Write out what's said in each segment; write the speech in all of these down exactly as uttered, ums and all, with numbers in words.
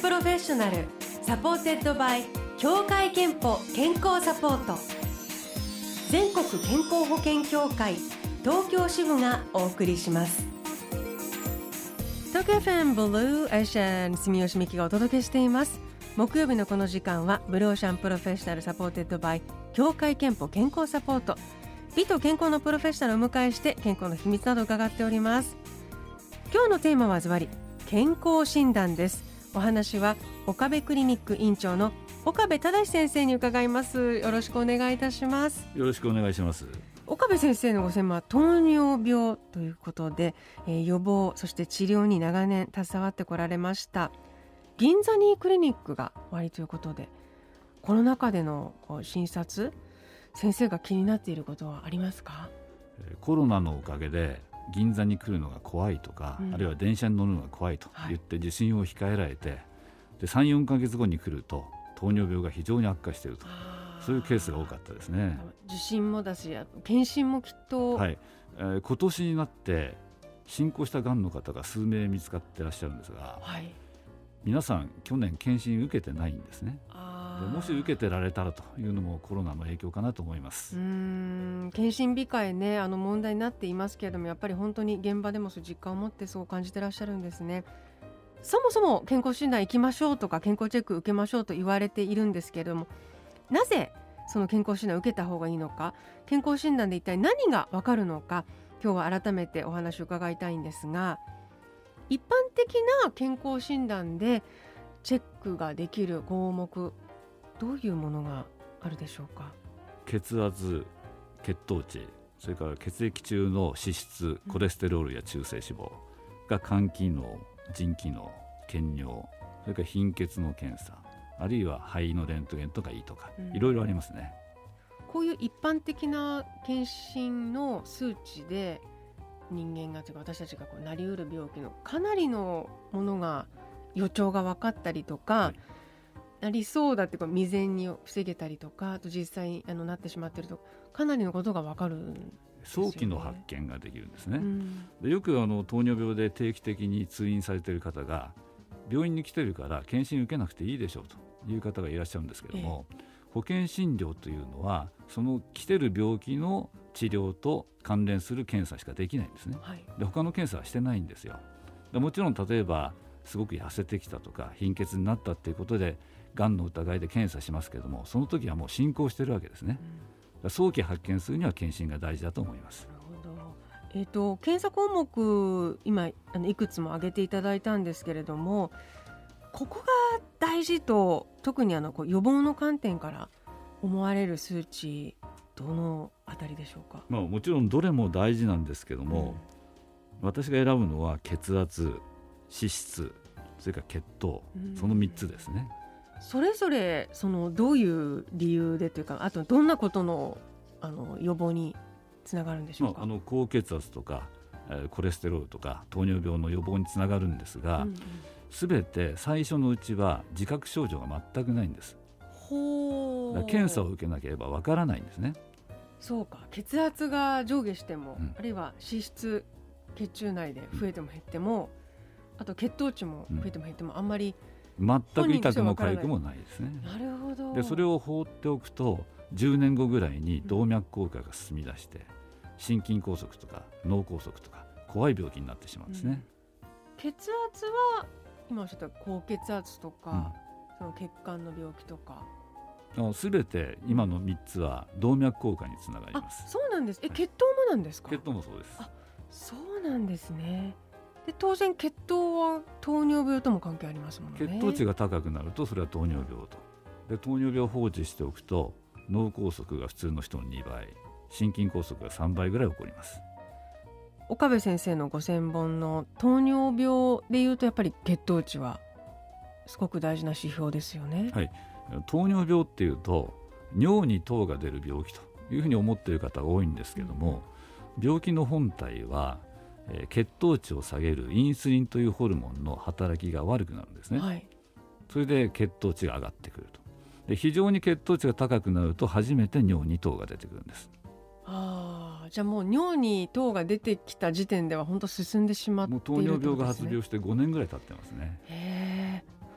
プロフェッショナルサポーテッドバイ協会憲法健康サポート、全国健康保険協会東京支部がお送りします。東京 エフエム ブルーオーシャン住吉美希がお届けしています。木曜日のこの時間はブルーオーシャンプロフェッショナルサポーテッドバイ協会憲法健康サポート、美と健康のプロフェッショナルをお迎えして健康の秘密などを伺っております。今日のテーマはズバリ健康診断です。お話は岡部クリニック院長の岡部忠先生に伺います。よろしくお願いいたします。 よろしくお願いします。 岡部先生のご専門は糖尿病ということで、えー、予防そして治療に長年携わってこられました。銀座にクリニックがおありということで、この中での診察、先生が気になっていることはありますか？ コロナのおかげで銀座に来るのが怖いとか、うん、あるいは電車に乗るのが怖いと言って受診を控えられて、はい、で さん,よん ヶ月後に来ると糖尿病が非常に悪化していると、そういうケースが多かったですね。 受診もだし検診もきっと、 はいえー、今年になって進行したがんの方が数名見つかってらっしゃるんですが、はい、皆さん去年検診受けてないんですね。でもし受けてられたらというのもコロナの影響かなと思います。 うーん検診控えね、あの問題になっていますけれども、やっぱり本当に現場でもそう実感を持ってそう感じてらっしゃるんですね。そもそも健康診断行きましょうとか健康チェック受けましょうと言われているんですけれども、なぜその健康診断を受けた方がいいのか、健康診断で一体何が分かるのか、今日は改めてお話を伺いたいんですが、一般的な健康診断でチェックができる項目、どういうものがあるでしょうか？ 血圧、血糖値、それから血液中の脂質、コレステロールや中性脂肪が肝機能、腎機能、検尿、それから貧血の検査、あるいは肺のレントゲンとか胃とか、うん、いろいろありますね。 こういう一般的な検診の数値で人間がというか私たちがこうなりうる病気のかなりのものが予兆が分かったりとか、はい、なりそうだってこう未然に防げたりとか、あと実際にあのなってしまっているとかなりのことが分かるんですよね。 早期の発見ができるんですね、 うん、でよくあの糖尿病で定期的に通院されている方が病院に来てるから検診受けなくていいでしょうという方がいらっしゃるんですけども、ええ、保険診療というのはその来てる病気の治療と関連する検査しかできないんですね、はい、で他の検査はしてないんですよ。でもちろん例えばすごく痩せてきたとか貧血になったっていうことでがんの疑いで検査しますけども、その時はもう進行してるわけですね、うん、早期発見するには検診が大事だと思います。 なるほど、えーと、検査項目今あのいくつも挙げていただいたんですけれども、ここが大事と特にあのこう予防の観点から思われる数値、どのあたりでしょうか？ まあ、もちろんどれも大事なんですけども、うん、私が選ぶのは血圧、脂質、それから血糖、そのみっつですね。 それぞれそのどういう理由でというか、あとどんなことの、あの予防につながるんでしょうか？ まあ、あの高血圧とか、えー、コレステロールとか糖尿病の予防につながるんですが、すべ、うんうん、て最初のうちは自覚症状が全くないんです。 ほー、 だから検査を受けなければわからないんですね。 そうか、血圧が上下しても、うん、あるいは脂質血中内で増えても減っても、うん、あと血糖値も増えても減っても、うん、あんまり全く痛くも痒くもないですね。 なるほど。 でそれを放っておくとじゅうねんごぐらいに動脈硬化が進み出して、うん、心筋梗塞とか脳梗塞とか怖い病気になってしまうんですね、 うん、血圧は今おっしゃった高血圧とか、うん、その血管の病気とかすべて今のみっつは動脈硬化につながります。 あ、そうなんです。え、血糖もなんですか？ 血糖もそうです。 あ、そうなんですね。で当然血糖は糖尿病とも関係ありますもんね。 血糖値が高くなるとそれは糖尿病と。で糖尿病を放置しておくと脳梗塞が普通の人のにばい、心筋梗塞がさんばいぐらい起こります。 岡部先生のご専門の糖尿病でいうとやっぱり血糖値はすごく大事な指標ですよね。 はい、糖尿病っていうと尿に糖が出る病気というふうに思っている方が多いんですけども、うん、病気の本体は、えー、血糖値を下げるインスリンというホルモンの働きが悪くなるんですね、はい、それで血糖値が上がってくると。で非常に血糖値が高くなると初めて尿に糖が出てくるんです。 ああ、じゃあもう尿に糖が出てきた時点では本当進んでしまっているということですね。 もう糖尿病が発病してごねんぐらい経ってますね。 へえ。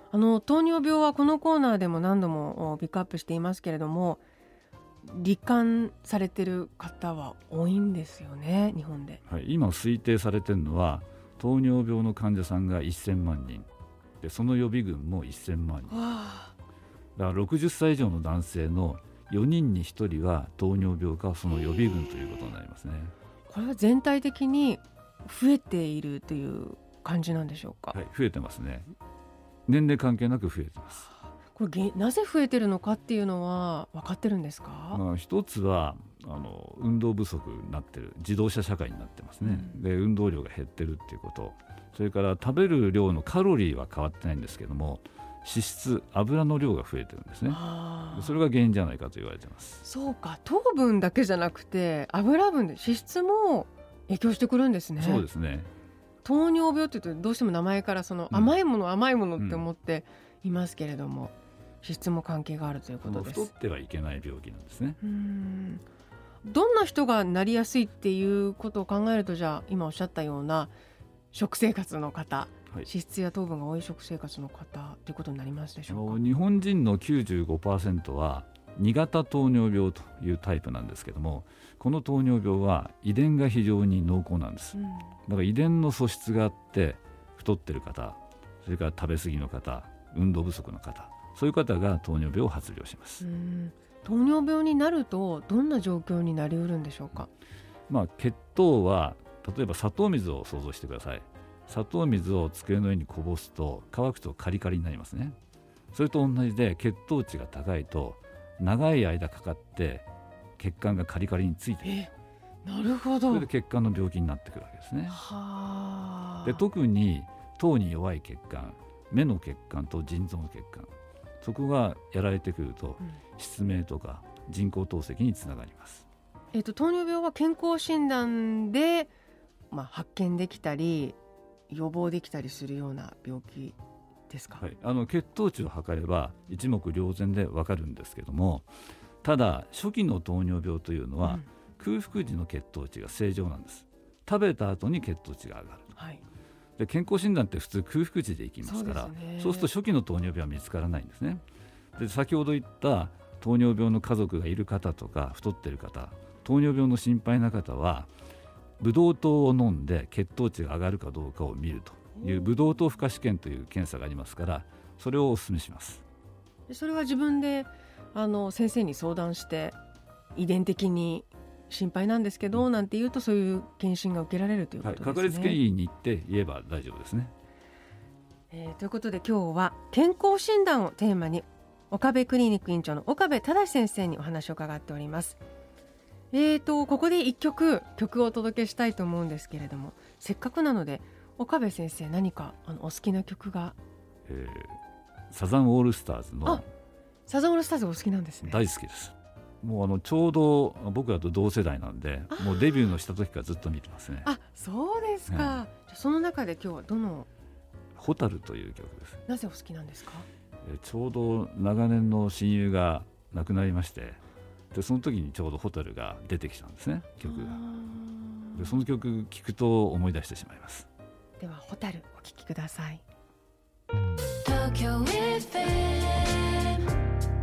あの糖尿病はこのコーナーでも何度もピックアップしていますけれども、罹患されてる方は多いんですよね、日本で。 はい、今推定されているのは糖尿病の患者さんがせんまんにんで、その予備軍もせんまんにん。だからろくじゅっさい以上の男性のよにんにひとりは糖尿病かその予備軍ということになりますね。 これは全体的に増えているという感じなんでしょうか。 はい、増えてますね。年齢関係なく増えてます。 これなぜ増えてるのかっていうのは分かってるんですか？ まあ、一つはあの運動不足になってる、自動車社会になってますね、うん、で運動量が減ってるっていうこと、それから食べる量のカロリーは変わってないんですけども、脂質、油の量が増えてるんですね。それが原因じゃないかと言われています。 そうか、糖分だけじゃなくて油分で脂質も影響してくるんですね。 そうですね。 糖尿病って言うとどうしても名前からその甘いもの、うん、甘いものって思っていますけれども、うん、脂質も関係があるということです。 太ってはいけない病気なんですね。 うーん、どんな人がなりやすいっていうことを考えると、じゃあ今おっしゃったような食生活の方、はい、脂質や糖分が多い食生活の方ということになりますでしょうか？ 日本人の きゅうじゅうごパーセント はに型糖尿病というタイプなんですけども、この糖尿病は遺伝が非常に濃厚なんです、うん、だから遺伝の素質があって太ってる方、それから食べ過ぎの方、運動不足の方、そういう方が糖尿病を発病します。 うん、糖尿病になるとどんな状況になりうるんでしょうか？ まあ、血糖は例えば砂糖水を想像してください。砂糖水を机の上にこぼすと乾くとカリカリになりますね。それと同じで血糖値が高いと長い間かかって血管がカリカリについている。 え、なるほど。 それで血管の病気になってくるわけですね。 はで、特に糖に弱い血管、目の血管と腎臓の血管、そこがやられてくると、うん、失明とか人工透析につながります。 えーと、糖尿病は健康診断で、まあ、発見できたり予防できたりするような病気ですか？はい、 あの血糖値を測れば一目瞭然で分かるんですけども、ただ初期の糖尿病というのは、うん、空腹時の血糖値が正常なんです。食べた後に血糖値が上がる、はい、で健康診断って普通空腹時でいきますから、 そうですね、そうすると初期の糖尿病は見つからないんですね。で、先ほど言った糖尿病の家族がいる方とか太っている方、糖尿病の心配な方はブドウ糖を飲んで血糖値が上がるかどうかを見るというブドウ糖負荷試験という検査がありますから、それをお勧めします。 それは自分であの先生に相談して遺伝的に心配なんですけど、うん、なんて言うとそういう検診が受けられるということですね。はい、 かかりつけ医に行って言えば大丈夫ですね。 えー、ということで今日は健康診断をテーマに岡部クリニック院長の岡部正先生にお話を伺っております。えーとここで一曲曲をお届けしたいと思うんですけれども、せっかくなので岡部先生何かあのお好きな曲が、 えー、サザンオールスターズの。 あ、サザンオールスターズお好きなんですね。 大好きです。もうあのちょうど僕らと同世代なんで、もうデビューのした時からずっと見てますね。 あ、そうですか、うん、その中で今日はどのホタルという曲です。 なぜお好きなんですか？ えー、ちょうど長年の親友が亡くなりまして、でその時にちょうどホタルが出てきたんですね、曲が。でその曲聴くと思い出してしまいます。 ではホタルお聴きください。 東京 エフエム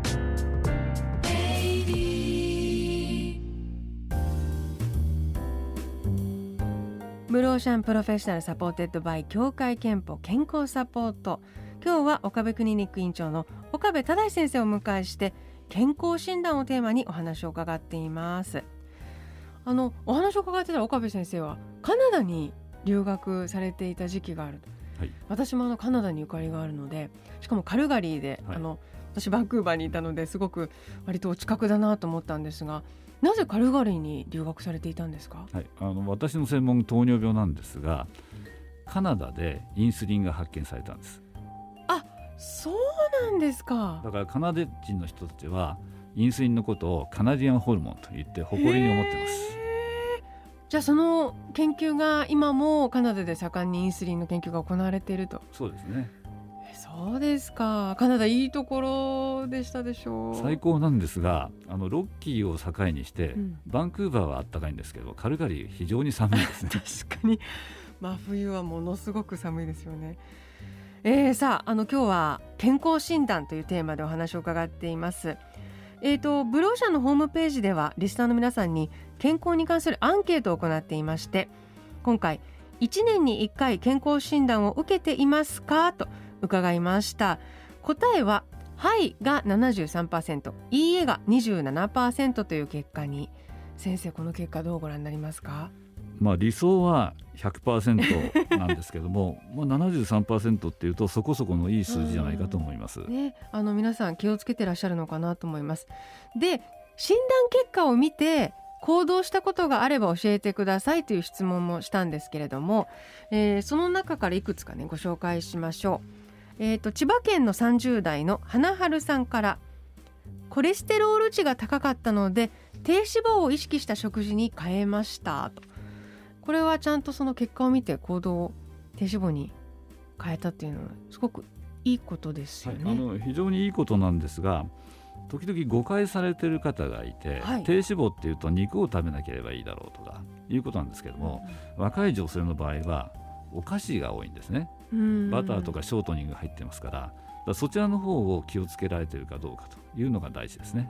ブルーオーシャンプロフェッショナルサポーテッドバイ協会憲法健康サポート。今日は岡部クリニック院長の岡部正先生をお迎えして健康診断をテーマにお話を伺っています。あのお話を伺ってた岡部先生はカナダに留学されていた時期があると、はい、私もあのカナダにゆかりがあるので、しかもカルガリーで、はい、あの私バンクーバーにいたのですごく割とお近くだなと思ったんですが、なぜカルガリーに留学されていたんですか？ はい、あの私の専門糖尿病なんですが、カナダでインスリンが発見されたんです。 あ、そうなんですか。 だからカナダ人の人たちはインスリンのことをカナディアンホルモンと言って誇りに思ってます。 じゃあその研究が今もカナダで盛んにインスリンの研究が行われていると。 そうですね。 そうですか。カナダいいところでしたでしょう。 最高なんですが、あのロッキーを境にして、うん、バンクーバーは暖かいんですけどカルガリー非常に寒いですね。 確かに真冬はものすごく寒いですよね。 えー、さあ、あの今日は健康診断というテーマでお話を伺っています。えーと、ブロー社のホームページではリスナーの皆さんに健康に関するアンケートを行っていまして、今回いちねんにいっかい健康診断を受けていますかと伺いました。答えははいが ななじゅうさんパーセント、 いいえが にじゅうななパーセント という結果に。先生、この結果どうご覧になりますか？ まあ、理想は ひゃくパーセント なんですけどもまあ ななじゅうさんパーセント っていうとそこそこのいい数字じゃないかと思います、 ね、あの皆さん気をつけてらっしゃるのかなと思います。で、診断結果を見て行動したことがあれば教えてくださいという質問もしたんですけれども、えー、その中からいくつかねご紹介しましょう。えーと、千葉県のさんじゅう代の花春さんから、コレステロール値が高かったので低脂肪を意識した食事に変えましたと。これはちゃんとその結果を見て行動を低脂肪に変えたっていうのはすごくいいことですよね、 はい、あの非常にいいことなんですが、時々誤解されている方がいて、はい、低脂肪っていうと肉を食べなければいいだろうとかいうことなんですけども、うん、若い女性の場合はお菓子が多いんですね。バターとかショートニングが入ってますから、だからそちらの方を気をつけられているかどうかというのが大事ですね。 うん、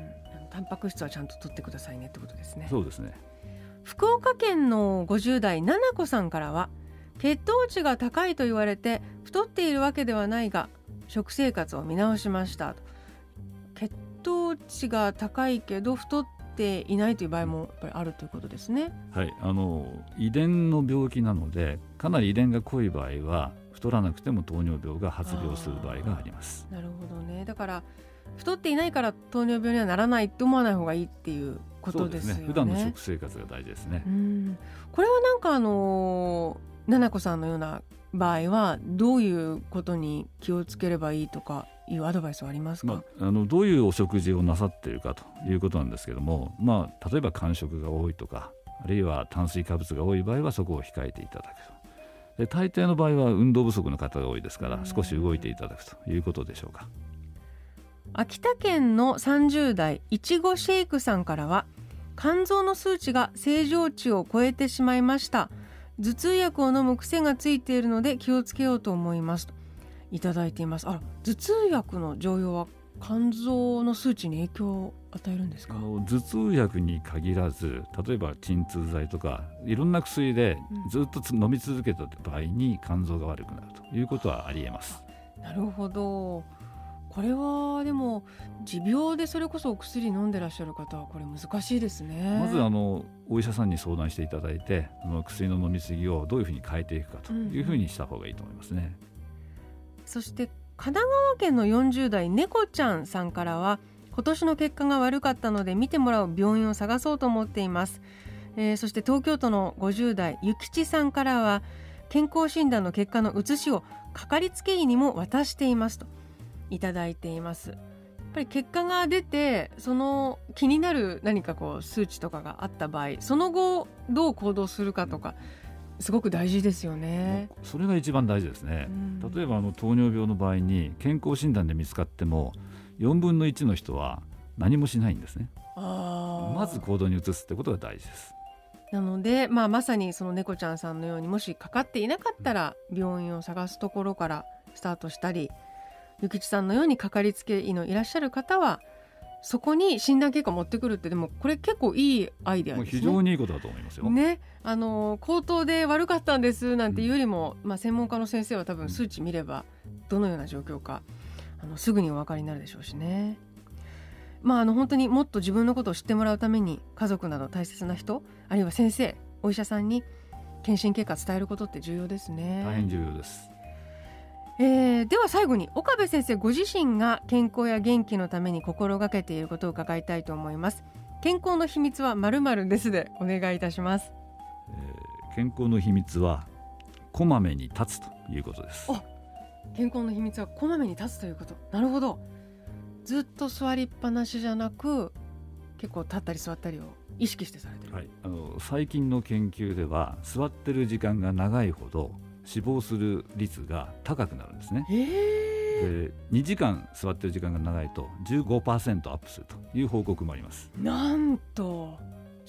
タンパク質はちゃんと取ってくださいねってことですね。 そうですね。 福岡県のごじゅう代ななこさんからは、血糖値が高いと言われて太っているわけではないが食生活を見直しましたと。血糖値が高いけど太っていないという場合もやっぱりあるということですね。 はい、あの遺伝の病気なので、かなり遺伝が濃い場合は太らなくても糖尿病が発病する場合があります。 なるほどね。だから太っていないから糖尿病にはならないって思わない方がいいっていうことですよね。 そうですね。普段の食生活が大事ですね。 うん、これはなんかあのななこさんのような場合はどういうことに気をつければいいとかいうアドバイスはありますか？ まあ、あのどういうお食事をなさっているかということなんですけども、まあ、例えば間食が多いとか、あるいは炭水化物が多い場合はそこを控えていただくと。で、大抵の場合は運動不足の方が多いですから、少し動いていただくということでしょうか。 秋田県のさんじゅう代いちごシェイクさんからは、肝臓の数値が正常値を超えてしまいました。頭痛薬を飲む癖がついているので気をつけようと思いますといただいています。あら、頭痛薬の常用は肝臓の数値に影響を与えるんですか？ あの頭痛薬に限らず、例えば鎮痛剤とかいろんな薬でずっと飲み続けた場合に肝臓が悪くなるということはありえます。 なるほど。これはでも持病でそれこそお薬飲んでらっしゃる方はこれ難しいですね。 まずあのお医者さんに相談していただいて、あの薬の飲み過ぎをどういうふうに変えていくかというふうにした方がいいと思いますね、 うん、そして神奈川県のよんじゅう代猫ちゃんさんからは、今年の結果が悪かったので見てもらう病院を探そうと思っています、えー、そして東京都のごじゅう代ゆきちさんからは、健康診断の結果の写しをかかりつけ医にも渡していますといただいています。やっぱり結果が出て、その気になる何かこう数値とかがあった場合、その後どう行動するかとかすごく大事ですよね。 それが一番大事ですね、うん、例えばあの糖尿病の場合に健康診断で見つかってもよんぶんのいちの人は何もしないんですね。あ、まず行動に移すってことが大事です。 なので、まあ、まさにその猫ちゃんさんのように、もしかかっていなかったら病院を探すところからスタートしたり、ゆきちさんのようにかかりつけ医のいらっしゃる方はそこに診断結果を持ってくるって、でもこれ結構いいアイデアですね。 非常にいいことだと思いますよ、 ね、あの口頭で悪かったんですなんていうよりも、うん、まあ、専門家の先生は多分数値見ればどのような状況かあのすぐにお分かりになるでしょうしね。まあ、あの本当にもっと自分のことを知ってもらうために、家族など大切な人、あるいは先生、お医者さんに検診結果を伝えることって重要ですね。 大変重要です。 えー、では最後に岡部先生ご自身が健康や元気のために心がけていることを伺いたいと思います。健康の秘密は〇〇ですでお願いいたします。 えー、健康の秘密はこまめに立つということです。 お、健康の秘密はこまめに立つということ。なるほど。ずっと座りっぱなしじゃなく、結構立ったり座ったりを意識してされてる、 はい、あの最近の研究では座ってる時間が長いほど死亡する率が高くなるんですね。でにじかん座ってる時間が長いと じゅうごパーセント アップするという報告もあります。 なんと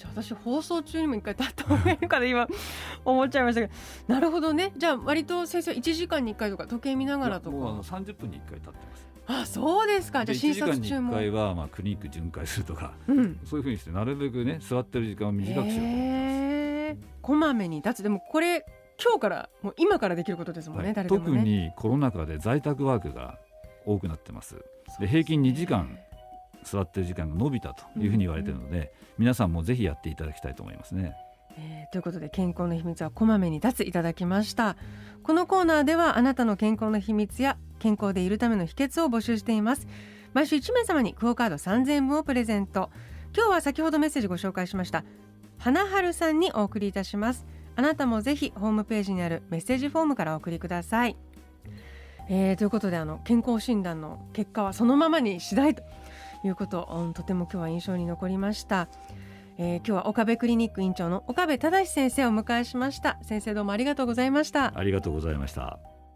じゃあ私放送中にも一回立った方がいいかで今思っちゃいましたけど、なるほどね。じゃあ割と先生いちじかんにいっかいとか時計見ながらとか。 もうあのさんじゅっぷんにいっかい立ってます。 あ、そうですか。じゃあ診察中もいちじかんにいっかいはまあクリニック巡回するとか、 うん、 そういうふうにしてなるべくね座ってる時間を短くしようと思います。 へー、こまめに立つ。でもこれ今日からもう今からできることですもんね、はい、誰でもね。 特にコロナ禍で在宅ワークが多くなってます。で平均にじかん座ってる時間が伸びたというふうに言われているので、うんうん、皆さんもぜひやっていただきたいと思いますね。 えー、ということで健康の秘密はこまめに立ついただきました。このコーナーではあなたの健康の秘密や健康でいるための秘訣を募集しています。毎週いちめいさまにクオカードさんぜんえんぶんをプレゼント。今日は先ほどメッセージご紹介しました花春さんにお送りいたします。あなたもぜひホームページにあるメッセージフォームからお送りください。えー、ということであの健康診断の結果はそのままに次第ということ、うん、とても今日は印象に残りました。えー、今日は岡部クリニック院長の岡部忠先生をお迎えしました。先生どうもありがとうございました。 ありがとうございました。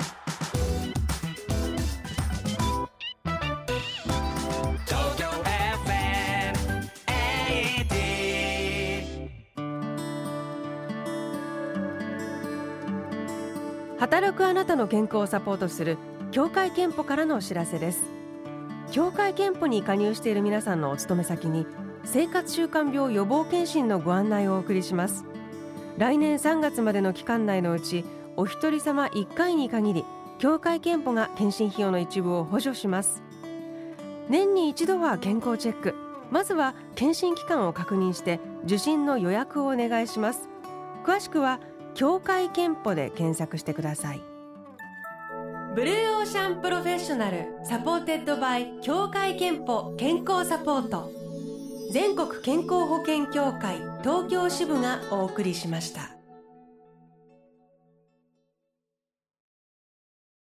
働くあなたの健康をサポートする協会憲法からのお知らせです。協会憲法に加入している皆さんのお勤め先に生活習慣病予防検診のご案内をお送りします。来年さんがつまでの期間内のうちお一人様いっかいに限り協会憲法が検診費用の一部を補助します。年に一度は健康チェック、まずは検診期間を確認して受診の予約をお願いします。詳しくは協会憲法で検索してください。ブルーオーシャンプロフェッショナルサポーテッドバイ協会憲法健康サポート、全国健康保険協会東京支部がお送りしました。